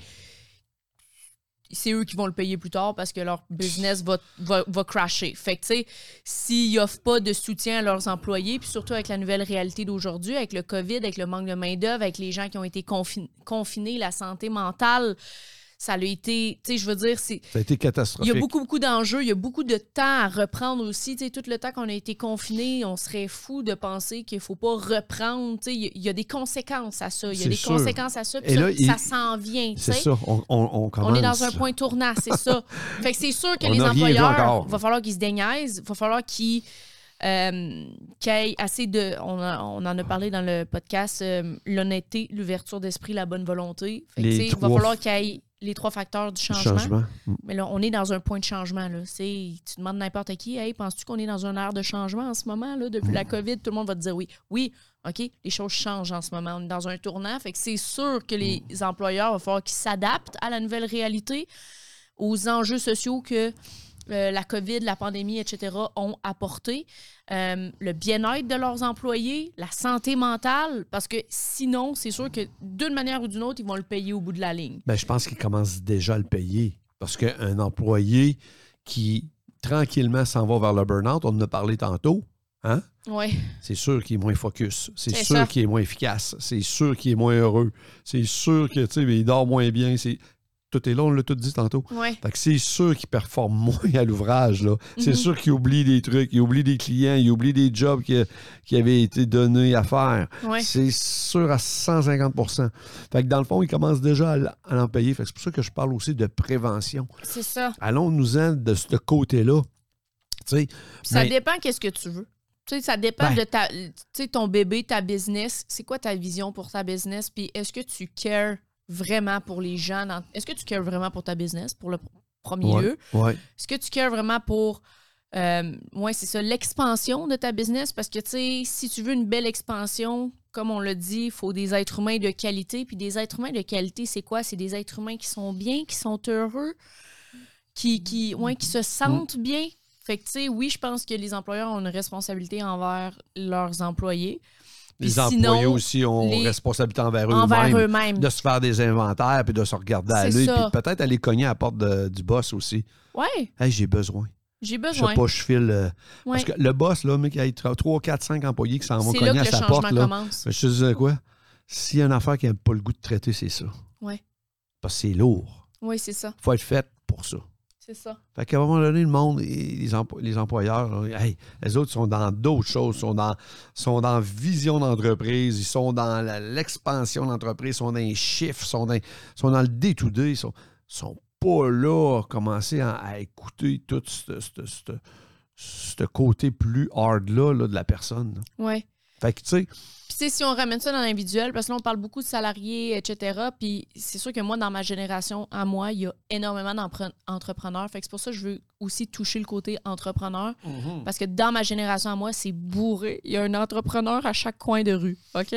c'est eux qui vont le payer plus tard parce que leur business va, va, va crasher. Fait que, tu sais, s'ils n'offrent pas de soutien à leurs employés, puis surtout avec la nouvelle réalité d'aujourd'hui, avec le COVID, avec le manque de main-d'œuvre, avec les gens qui ont été confin- confinés, la santé mentale, ça a été, tu sais, je veux dire, c'est... Ça a été Il y catastrophique. a beaucoup, beaucoup d'enjeux. Il y a beaucoup de temps à reprendre aussi. Tu sais, tout le temps qu'on a été confinés, on serait fou de penser qu'il ne faut pas reprendre. Tu sais, il y a- il y a des conséquences à ça. Il y a C'est des sûr. conséquences à ça. Puis Et ça, là, il- ça s'en vient. tu C'est sais. ça, on, on, on commence. On est dans un point tournant, c'est ça. Fait que c'est sûr que On les n'a rien vu employeurs, encore. il va falloir qu'ils se déniaisent. Il va falloir qu'ils euh, qu'il y ait assez de... On, a- on en a parlé dans le podcast, euh, l'honnêteté, l'ouverture d'esprit, la bonne volonté. Fait que, Les tu sais, il va trois falloir f- qu'il y ait les trois facteurs du changement. Changement. Mm. Mais là, on est dans un point de changement. Là. C'est, tu demandes n'importe qui, hey, penses-tu qu'on est dans une ère de changement en ce moment? Là? Depuis la COVID, tout le monde va te dire oui. Oui, OK, les choses changent en ce moment. On est dans un tournant. Fait que c'est sûr que les employeurs, il va falloir qu'ils s'adaptent à la nouvelle réalité, aux enjeux sociaux que euh, la COVID, la pandémie, et cetera ont apporté. Euh, le bien-être de leurs employés, la santé mentale, parce que sinon, c'est sûr que d'une manière ou d'une autre, ils vont le payer au bout de la ligne. Ben, je pense qu'ils commencent déjà à le payer. Parce qu'un employé qui, tranquillement, s'en va vers le burn-out, on en a parlé tantôt, hein? Oui. C'est sûr qu'il est moins focus. C'est, C'est sûr ça. qu'il est moins efficace. C'est sûr qu'il est moins heureux. C'est sûr que, tu sais, il dort moins bien. C'est... Tout est là, on l'a tout dit tantôt. Ouais. Fait que c'est sûr qu'il performe moins à l'ouvrage, là. C'est Mhm. sûr qu'il oublie des trucs, il oublie des clients, il oublie des jobs qui, qui avaient été donnés à faire. Ouais. C'est sûr à cent cinquante pour cent. Fait que dans le fond, il commence déjà à, l- à l'en payer. Fait que c'est pour ça que je parle aussi de prévention. C'est ça. Allons-nous-en de ce côté-là. Tu sais, Ça mais- dépend qu'est-ce que tu veux. Tu sais, ça dépend Ben. de ta, tu sais, ton bébé, ta business. C'est quoi ta vision pour ta business? Puis est-ce que tu cares vraiment pour les gens? Dans... Est-ce que tu cares vraiment pour ta business, pour le pr- premier Ouais, lieu? ouais. Est-ce que tu cares vraiment pour, euh, ouais, c'est ça, l'expansion de ta business? Parce que, tu sais, si tu veux une belle expansion, comme on l'a dit, il faut des êtres humains de qualité. Puis des êtres humains de qualité, c'est quoi? C'est des êtres humains qui sont bien, qui sont heureux, qui, qui, ouais, qui se sentent bien. Fait que, tu sais, oui, je pense que les employeurs ont une responsabilité envers leurs employés. Puis Les sinon, employés aussi ont les- responsabilité envers eux-mêmes. envers eux-mêmes. De se faire des inventaires, puis de se regarder C'est aller, ça. puis peut-être aller cogner à la porte de- du boss aussi. Ouais, Hey, j'ai besoin. j'ai Je besoin. sais pas, je file. euh, Ouais. Parce que le boss, là, mec, il y a trois, quatre, cinq employés qui s'en vont C'est là cogner que à le sa changement porte. Là. commence. Je te disais quoi? S'il y a une affaire qui n'a pas le goût de traiter, c'est ça. Ouais. Parce que c'est lourd. Oui, c'est ça. Il faut être fait pour ça. C'est ça. Fait qu'à un moment donné, le monde, et les, empl- les employeurs, là, hey, les autres sont dans d'autres choses, sont dans, sont dans vision d'entreprise, ils sont dans la- l'expansion d'entreprise, sont dans les chiffres, sont dans, sont dans le day-to-day, ils sont, sont pas là à commencer à, à écouter tout ce, ce- ce- ce côté plus hard-là là, de la personne. Là. Ouais. Fait que, tu sais... Puis, tu sais, si on ramène ça dans l'individuel, parce que là, on parle beaucoup de salariés, et cetera. Puis, c'est sûr que moi, dans ma génération, à moi, il y a énormément d'entrepreneurs. Fait que c'est pour ça que je veux aussi toucher le côté entrepreneur. Mm-hmm. Parce que dans ma génération, à moi, c'est bourré. Il y a un entrepreneur à chaque coin de rue. OK?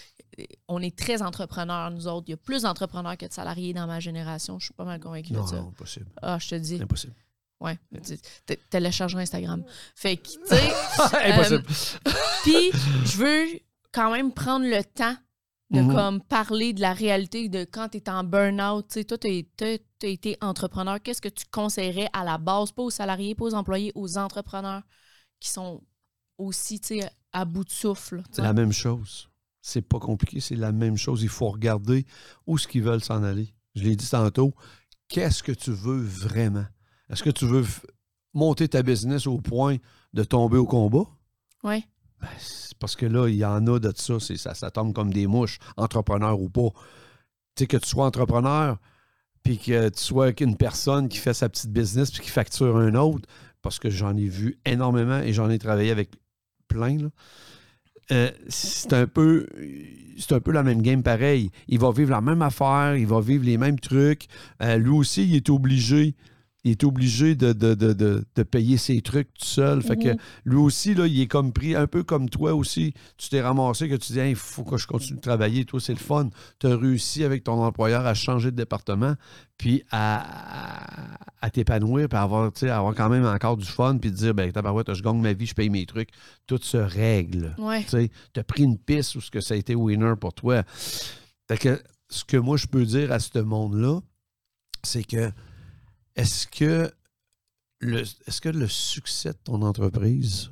On est très entrepreneurs, nous autres. Il y a plus d'entrepreneurs que de salariés dans ma génération. Je suis pas mal convaincue de ça. Non, impossible. Ah, je te dis. Impossible. Ouais. Télécharger Instagram. Fait que, tu sais... impossible. Euh, Puis, je veux quand même prendre le temps de mm-hmm. comme parler de la réalité de quand tu es en burn-out. Tu sais, toi, tu as été entrepreneur. Qu'est-ce que tu conseillerais à la base, pas aux salariés, pas aux employés, aux entrepreneurs qui sont aussi, tu sais, à bout de souffle? C'est la même chose. C'est pas compliqué, c'est la même chose. Il faut regarder où est-ce qu'ils veulent s'en aller. Je l'ai dit tantôt, qu'est-ce que tu veux vraiment? Est-ce que tu veux f- monter ta business au point de tomber au combat? Oui. Ben, c'est parce que là, il y en a de ça, c'est, ça, ça tombe comme des mouches, entrepreneur ou pas. Tu sais, que tu sois entrepreneur, puis que tu sois une personne qui fait sa petite business puis qui facture un autre, parce que j'en ai vu énormément et j'en ai travaillé avec plein, là. Euh, c'est un peu c'est un peu la même game pareil. Il va vivre la même affaire, il va vivre les mêmes trucs. Euh, lui aussi, il est obligé il est obligé de, de, de, de, de payer ses trucs tout seul. Fait Mm-hmm. que lui aussi, là, il est comme pris, un peu comme toi aussi. Tu t'es ramassé que tu dis, il hey, faut que je continue de travailler. Toi, c'est le fun. Tu as réussi avec ton employeur à changer de département, puis à, à, à t'épanouir, puis à avoir, avoir quand même encore du fun, puis de dire, ben tabarouette, je gagne ma vie, je paye mes trucs. Tout se règle. Ouais. Tu as pris une piste où ce que ça a été winner pour toi. Fait que ce que moi, je peux dire à ce monde-là, c'est que Est-ce que, le, est-ce que le succès de ton entreprise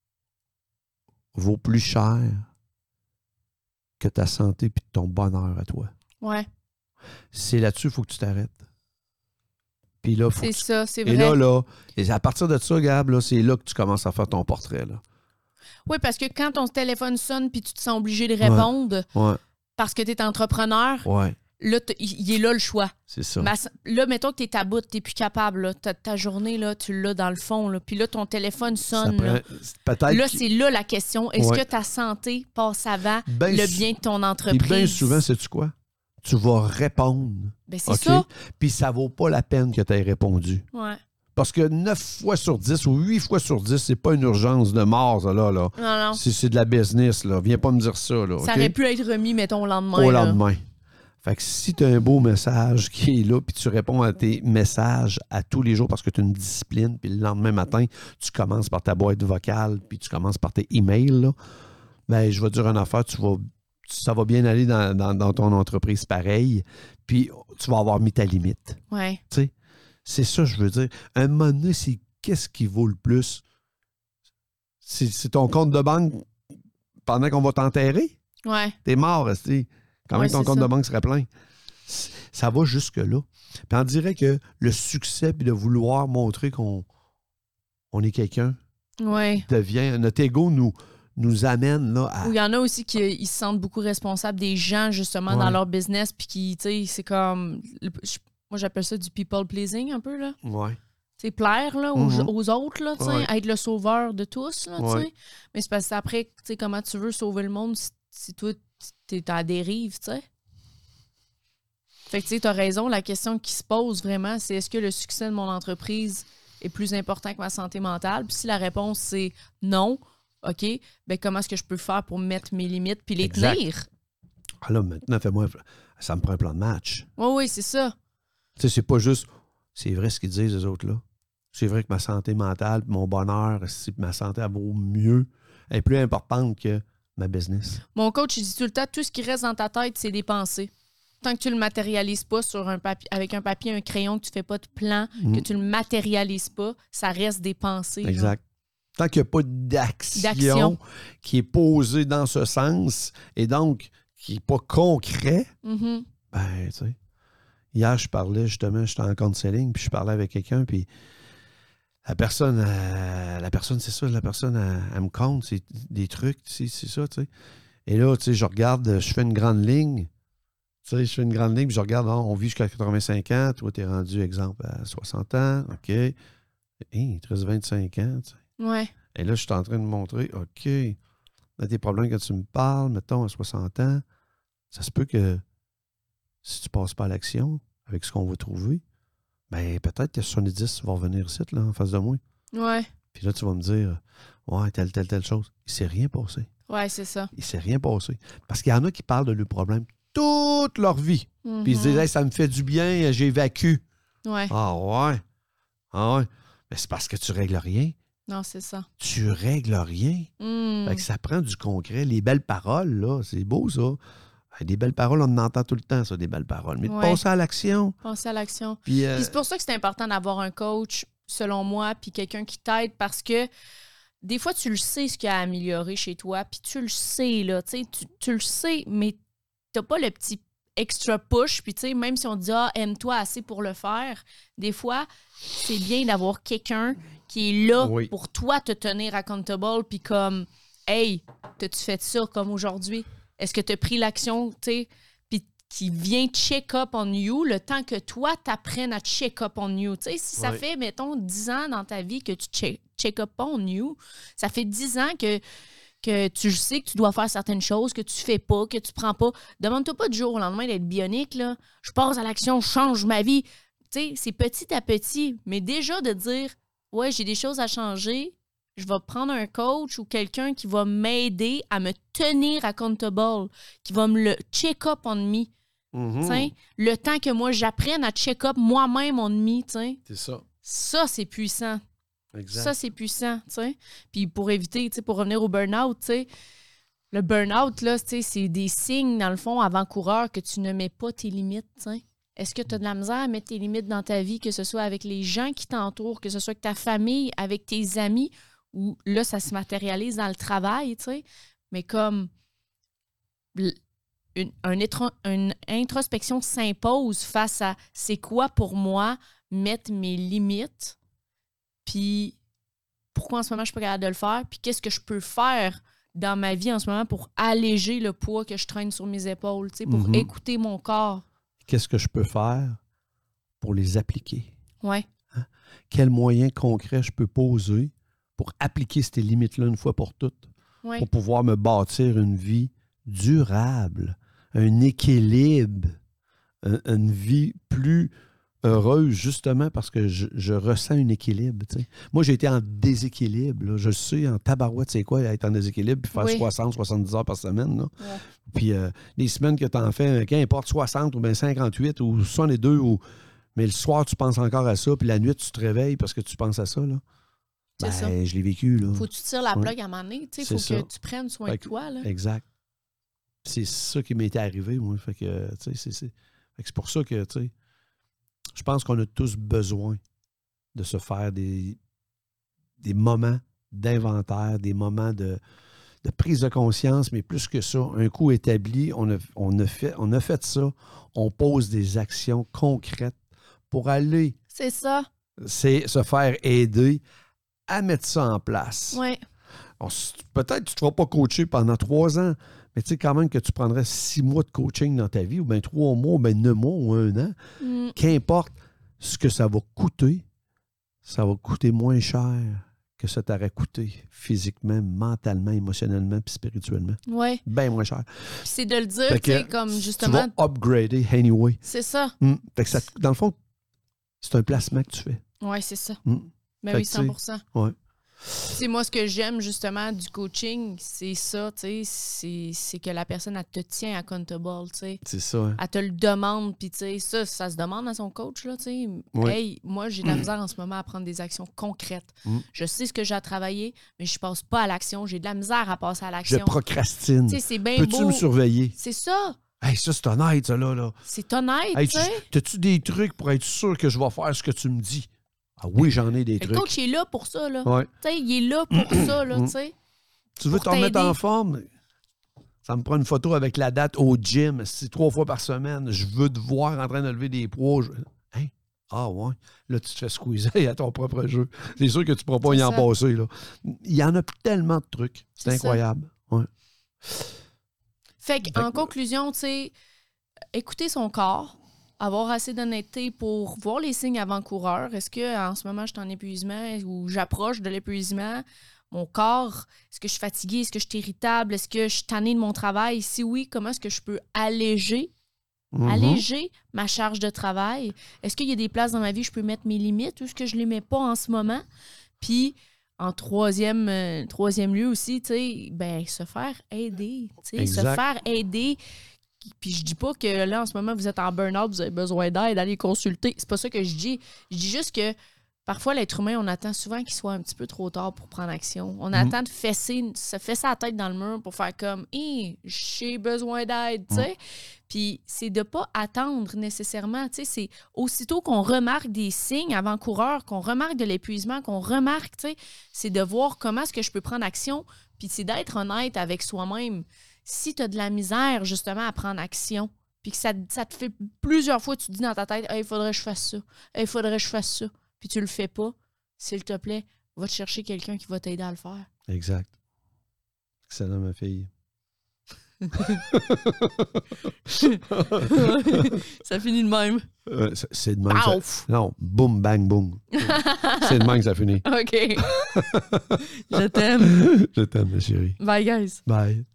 vaut plus cher que ta santé et ton bonheur à toi? Ouais. C'est là-dessus qu'il faut que tu t'arrêtes. Puis là, faut c'est que tu... ça, c'est vrai. Et là, là, et à partir de ça, Gab, là, c'est là que tu commences à faire ton portrait. Là. Oui, parce que quand ton téléphone sonne puis tu te sens obligé de répondre ouais. Ouais. parce que tu es entrepreneur, ouais. là, il est là le choix. C'est ça. Ma, là, mettons que t'es à bout, t'es plus capable. Là, ta, ta journée, là, tu l'as dans le fond. Là, puis là, ton téléphone sonne. Prend, là, peut-être là que... c'est là la question. Est-ce ouais. que ta santé passe avant ben le bien de ton entreprise? Puis bien souvent, sais-tu quoi? Tu vas répondre. Ben, c'est okay? ça. Puis ça vaut pas la peine que tu aies répondu. Ouais. Parce que neuf fois sur dix ou huit fois sur dix, c'est pas une urgence de mort, ça, là. là. Non, non. C'est, c'est de la business, là. Viens pas me dire ça, là. Ça okay? aurait pu être remis, mettons, au lendemain. Au là. lendemain. Fait que si tu as un beau message qui est là, puis tu réponds à tes messages à tous les jours parce que tu as une discipline, puis le lendemain matin, tu commences par ta boîte vocale, puis tu commences par tes emails, là, ben, je vais te dire une affaire, tu vas, ça va bien aller dans, dans, dans ton entreprise pareil, puis tu vas avoir mis ta limite. Ouais. Tu sais, c'est ça, je veux dire. Un moment donné, c'est qu'est-ce qui vaut le plus? C'est, c'est ton compte de banque pendant qu'on va t'enterrer? Ouais. T'es mort, resté. Quand même, ouais, ton compte ça. de banque serait plein. Ça va jusque-là. Puis on dirait que le succès, puis de vouloir montrer qu'on on est quelqu'un, ouais. devient... Notre ego nous, nous amène là à... Il y en a aussi qui ils se sentent beaucoup responsables des gens, justement, ouais. dans leur business, puis qui, tu sais, c'est comme... Moi, j'appelle ça du people pleasing, un peu, là. Ouais. Tu sais, plaire, là, aux, mm-hmm. aux autres, là, tu sais, ouais. être le sauveur de tous, là, tu sais. Ouais. Mais c'est parce que après, tu sais, comment tu veux sauver le monde si, si toi... t'es à la dérive, tu sais. Fait que, tu sais, t'as raison, la question qui se pose vraiment, c'est est-ce que le succès de mon entreprise est plus important que ma santé mentale? Puis si la réponse, c'est non, OK, ben comment est-ce que je peux faire pour mettre mes limites puis les exact. tenir? Ah là, maintenant, fais-moi... Ça me prend un plan de match. Oui, oui, c'est ça. Tu sais, c'est pas juste... C'est vrai ce qu'ils disent, les autres, là. C'est vrai que ma santé mentale, mon bonheur, si ma santé, elle vaut mieux, elle est plus importante que ma business. Mon coach, il dit tout le temps, tout ce qui reste dans ta tête, c'est des pensées. Tant que tu le matérialises pas sur un papier, avec un papier, un crayon, que tu fais pas de plan, mmh. que tu le matérialises pas, ça reste des pensées. Exact. Genre. Tant qu'il n'y a pas d'action, d'action qui est posée dans ce sens, et donc qui n'est pas concret, mmh. ben, tu sais. Hier, je parlais justement, j'étais en counseling, puis je parlais avec quelqu'un, puis la personne, elle, la personne, c'est ça, la personne, elle, elle me compte, c'est des trucs, c'est, c'est ça, tu sais. Et là, tu sais, je regarde, je fais une grande ligne, tu sais, je fais une grande ligne, puis je regarde, oh, on vit jusqu'à quatre-vingt-cinq ans, toi, t'es rendu, exemple, à soixante ans, OK. Hey, il te reste vingt-cinq ans, tu sais. Ouais. Et là, je suis en train de montrer, OK, dans tes problèmes que tu me parles, mettons, à soixante ans, ça se peut que si tu ne passes pas à l'action avec ce qu'on va trouver, ben peut-être que soixante-dix va revenir ici, là, en face de moi. Ouais. Puis là, tu vas me dire, ouais, telle, telle, telle chose. Il ne s'est rien passé. Ouais, c'est ça. Il ne s'est rien passé. Parce qu'il y en a qui parlent de leurs problèmes toute leur vie. Mm-hmm. Puis ils se disent, hey, ça me fait du bien, j'évacue. Ouais. Ah ouais. Ah ouais. Mais c'est parce que tu règles rien. Non, c'est ça. Tu règles rien. Mm. Fait que ça prend du concret. Les belles paroles, là, c'est beau, ça. Des belles paroles, on en entend tout le temps, ça, des belles paroles. Mais ouais. de passer à l'action. Passer à l'action. Puis, euh... puis c'est pour ça que c'est important d'avoir un coach, selon moi, puis quelqu'un qui t'aide, parce que des fois, tu le sais ce qu'il y a à améliorer chez toi, puis tu le sais, là, tu sais, tu, tu le sais, mais t'as pas le petit extra push, puis tu sais, même si on dit « Ah, aime-toi assez pour le faire », des fois, c'est bien d'avoir quelqu'un qui est là oui. pour toi te tenir accountable, puis comme « Hey, t'as-tu fait ça comme aujourd'hui? Est-ce que t'as pris l'action, tu sais? » Puis qui vient check-up on you le temps que toi, t'apprennes à check-up on you. Tu sais, si ça oui. fait, mettons, dix ans dans ta vie que tu check, check-up on you, ça fait dix ans que que tu sais que tu dois faire certaines choses, que tu fais pas, que tu prends pas. Demande-toi pas du jour au lendemain d'être bionique, là. Je passe à l'action, je change ma vie. Tu sais, c'est petit à petit. Mais déjà de dire, ouais, j'ai des choses à changer, je vais prendre un coach ou quelqu'un qui va m'aider à me tenir accountable, qui va me le check-up on me. Mm-hmm. Le temps que moi, j'apprenne à check-up moi-même on me. T'sais. C'est ça. Ça, c'est puissant. Exact. Ça, c'est puissant, tu sais. Puis pour éviter, tu sais, pour revenir au burn-out, tu sais, le burn-out, là, tu sais, c'est des signes, dans le fond, avant-coureurs que tu ne mets pas tes limites, tu sais. Est-ce que tu as de la misère à mettre tes limites dans ta vie, que ce soit avec les gens qui t'entourent, que ce soit avec ta famille, avec tes amis, ou là, ça se matérialise dans le travail, tu sais. Mais comme une, un étro, une introspection s'impose face à c'est quoi pour moi mettre mes limites. Puis pourquoi en ce moment je suis pas capable de le faire, puis qu'est-ce que je peux faire dans ma vie en ce moment pour alléger le poids que je traîne sur mes épaules, tu sais, pour mm-hmm. écouter mon corps. Qu'est-ce que je peux faire pour les appliquer? Ouais. Hein? Quels moyens concrets je peux poser pour appliquer ces limites-là une fois pour toutes, ouais. pour pouvoir me bâtir une vie durable, un équilibre, un, une vie plus heureuse, justement parce que je, je ressens un équilibre. T'sais. Moi, j'ai été en déséquilibre. Là. Je sais, en tabarouette, c'est quoi être en déséquilibre puis faire oui. soixante, soixante-dix heures par semaine. Là. Ouais. Puis euh, les semaines que tu en fais, qu'importe soixante ou bien cinquante-huit ou soixante-deux, ou... mais le soir, tu penses encore à ça, puis la nuit, tu te réveilles parce que tu penses à ça. Là. C'est ben, ça. Je l'ai vécu. Là. Faut que tu tires la plug ouais. à un moment donné. Il faut ça. que tu prennes soin fait de toi. Là. Exact. C'est ça qui m'était arrivé, moi. Fait que, c'est, c'est... Fait que c'est pour ça que, tu sais, je pense qu'on a tous besoin de se faire des, des moments d'inventaire, des moments de, de prise de conscience, mais plus que ça, un coup établi, on a, on a, fait, on a fait ça, on pose des actions concrètes pour aller c'est ça. C'est se faire aider à mettre ça en place. Oui. On, peut-être que tu ne te feras pas coacher pendant trois ans, mais tu sais quand même que tu prendrais six mois de coaching dans ta vie, ou bien trois mois, ou bien neuf mois, ou un an. Mm. Qu'importe ce que ça va coûter, ça va coûter moins cher que ça t'aurait coûté physiquement, mentalement, émotionnellement puis spirituellement. Oui. Bien moins cher. Puis c'est de le dire, tu sais, comme justement... Tu vas upgrader anyway. C'est ça. Mm. Fait que ça. Dans le fond, c'est un placement que tu fais. Oui, c'est ça. Mm. Ben oui, cent pour cent. Oui. C'est moi, ce que j'aime justement du coaching, c'est ça, tu sais, c'est, c'est que la personne, elle te tient accountable, tu sais. C'est ça. Hein? Elle te le demande, puis tu sais, ça, ça se demande à son coach, là, tu sais. Oui. Hey, moi, j'ai de la misère en ce moment à prendre des actions concrètes. Mm. Je sais ce que j'ai à travailler, mais je passe pas à l'action. J'ai de la misère à passer à l'action. Je procrastine. Tu sais, c'est bien Peux-tu beau. me surveiller? C'est ça. Hey, ça, c'est honnête, ça, là. là. C'est honnête, hey, tu sais. T'as-tu des trucs pour être sûr que je vais faire ce que tu me dis? Ah oui, j'en ai des le trucs. Le coach est là pour ça, là. Ouais. Tu sais, il est là pour ça, là, tu sais. Tu veux t'en mettre en forme? Ça me prend une photo avec la date au gym. C'est trois fois par semaine. Je veux te voir en train de lever des poids. Je... Hein? Ah ouais. Là, tu te fais squeezer à ton propre jeu. C'est sûr que tu ne pourras pas c'est y en ça. passer, là. Il y en a tellement de trucs. C'est, c'est incroyable. Ouais. Fait qu'en conclusion, tu sais, écouter son corps, avoir assez d'honnêteté pour voir les signes avant-coureurs. Est-ce qu'en ce moment, je suis en épuisement ou j'approche de l'épuisement? Mon corps, est-ce que je suis fatiguée? Est-ce que je suis irritable? Est-ce que je suis tannée de mon travail? Si oui, comment est-ce que je peux alléger, mm-hmm. alléger ma charge de travail? Est-ce qu'il y a des places dans ma vie où je peux mettre mes limites ou est-ce que je ne les mets pas en ce moment? Puis, en troisième, euh, troisième lieu aussi, tu sais, ben, se faire aider. Tu sais, se faire aider. Puis je dis pas que là, en ce moment, vous êtes en burn-out, vous avez besoin d'aide, allez consulter. C'est pas ça que je dis. Je dis juste que parfois, l'être humain, on attend souvent qu'il soit un petit peu trop tard pour prendre action. On mmh. attend de fesser, se fesser la tête dans le mur pour faire comme « Hé, j'ai besoin d'aide », tu sais. Mmh. Puis c'est de pas attendre nécessairement, tu sais, c'est aussitôt qu'on remarque des signes avant-coureurs, qu'on remarque de l'épuisement, qu'on remarque, tu sais, c'est de voir comment est-ce que je peux prendre action, puis c'est d'être honnête avec soi-même. Si tu as de la misère, justement, à prendre action, puis que ça, ça te fait plusieurs fois, tu te dis dans ta tête « Hey, il faudrait que je fasse ça. Hey, il faudrait que je fasse ça. » Puis tu le fais pas, s'il te plaît, va te chercher quelqu'un qui va t'aider à le faire. Exact. Excellent, ma fille. Ça finit de même. Euh, c'est de même. Ça... Non, boum, bang, boum. C'est de même que ça finit. OK. Je t'aime. Je t'aime, ma chérie. Bye, guys. Bye.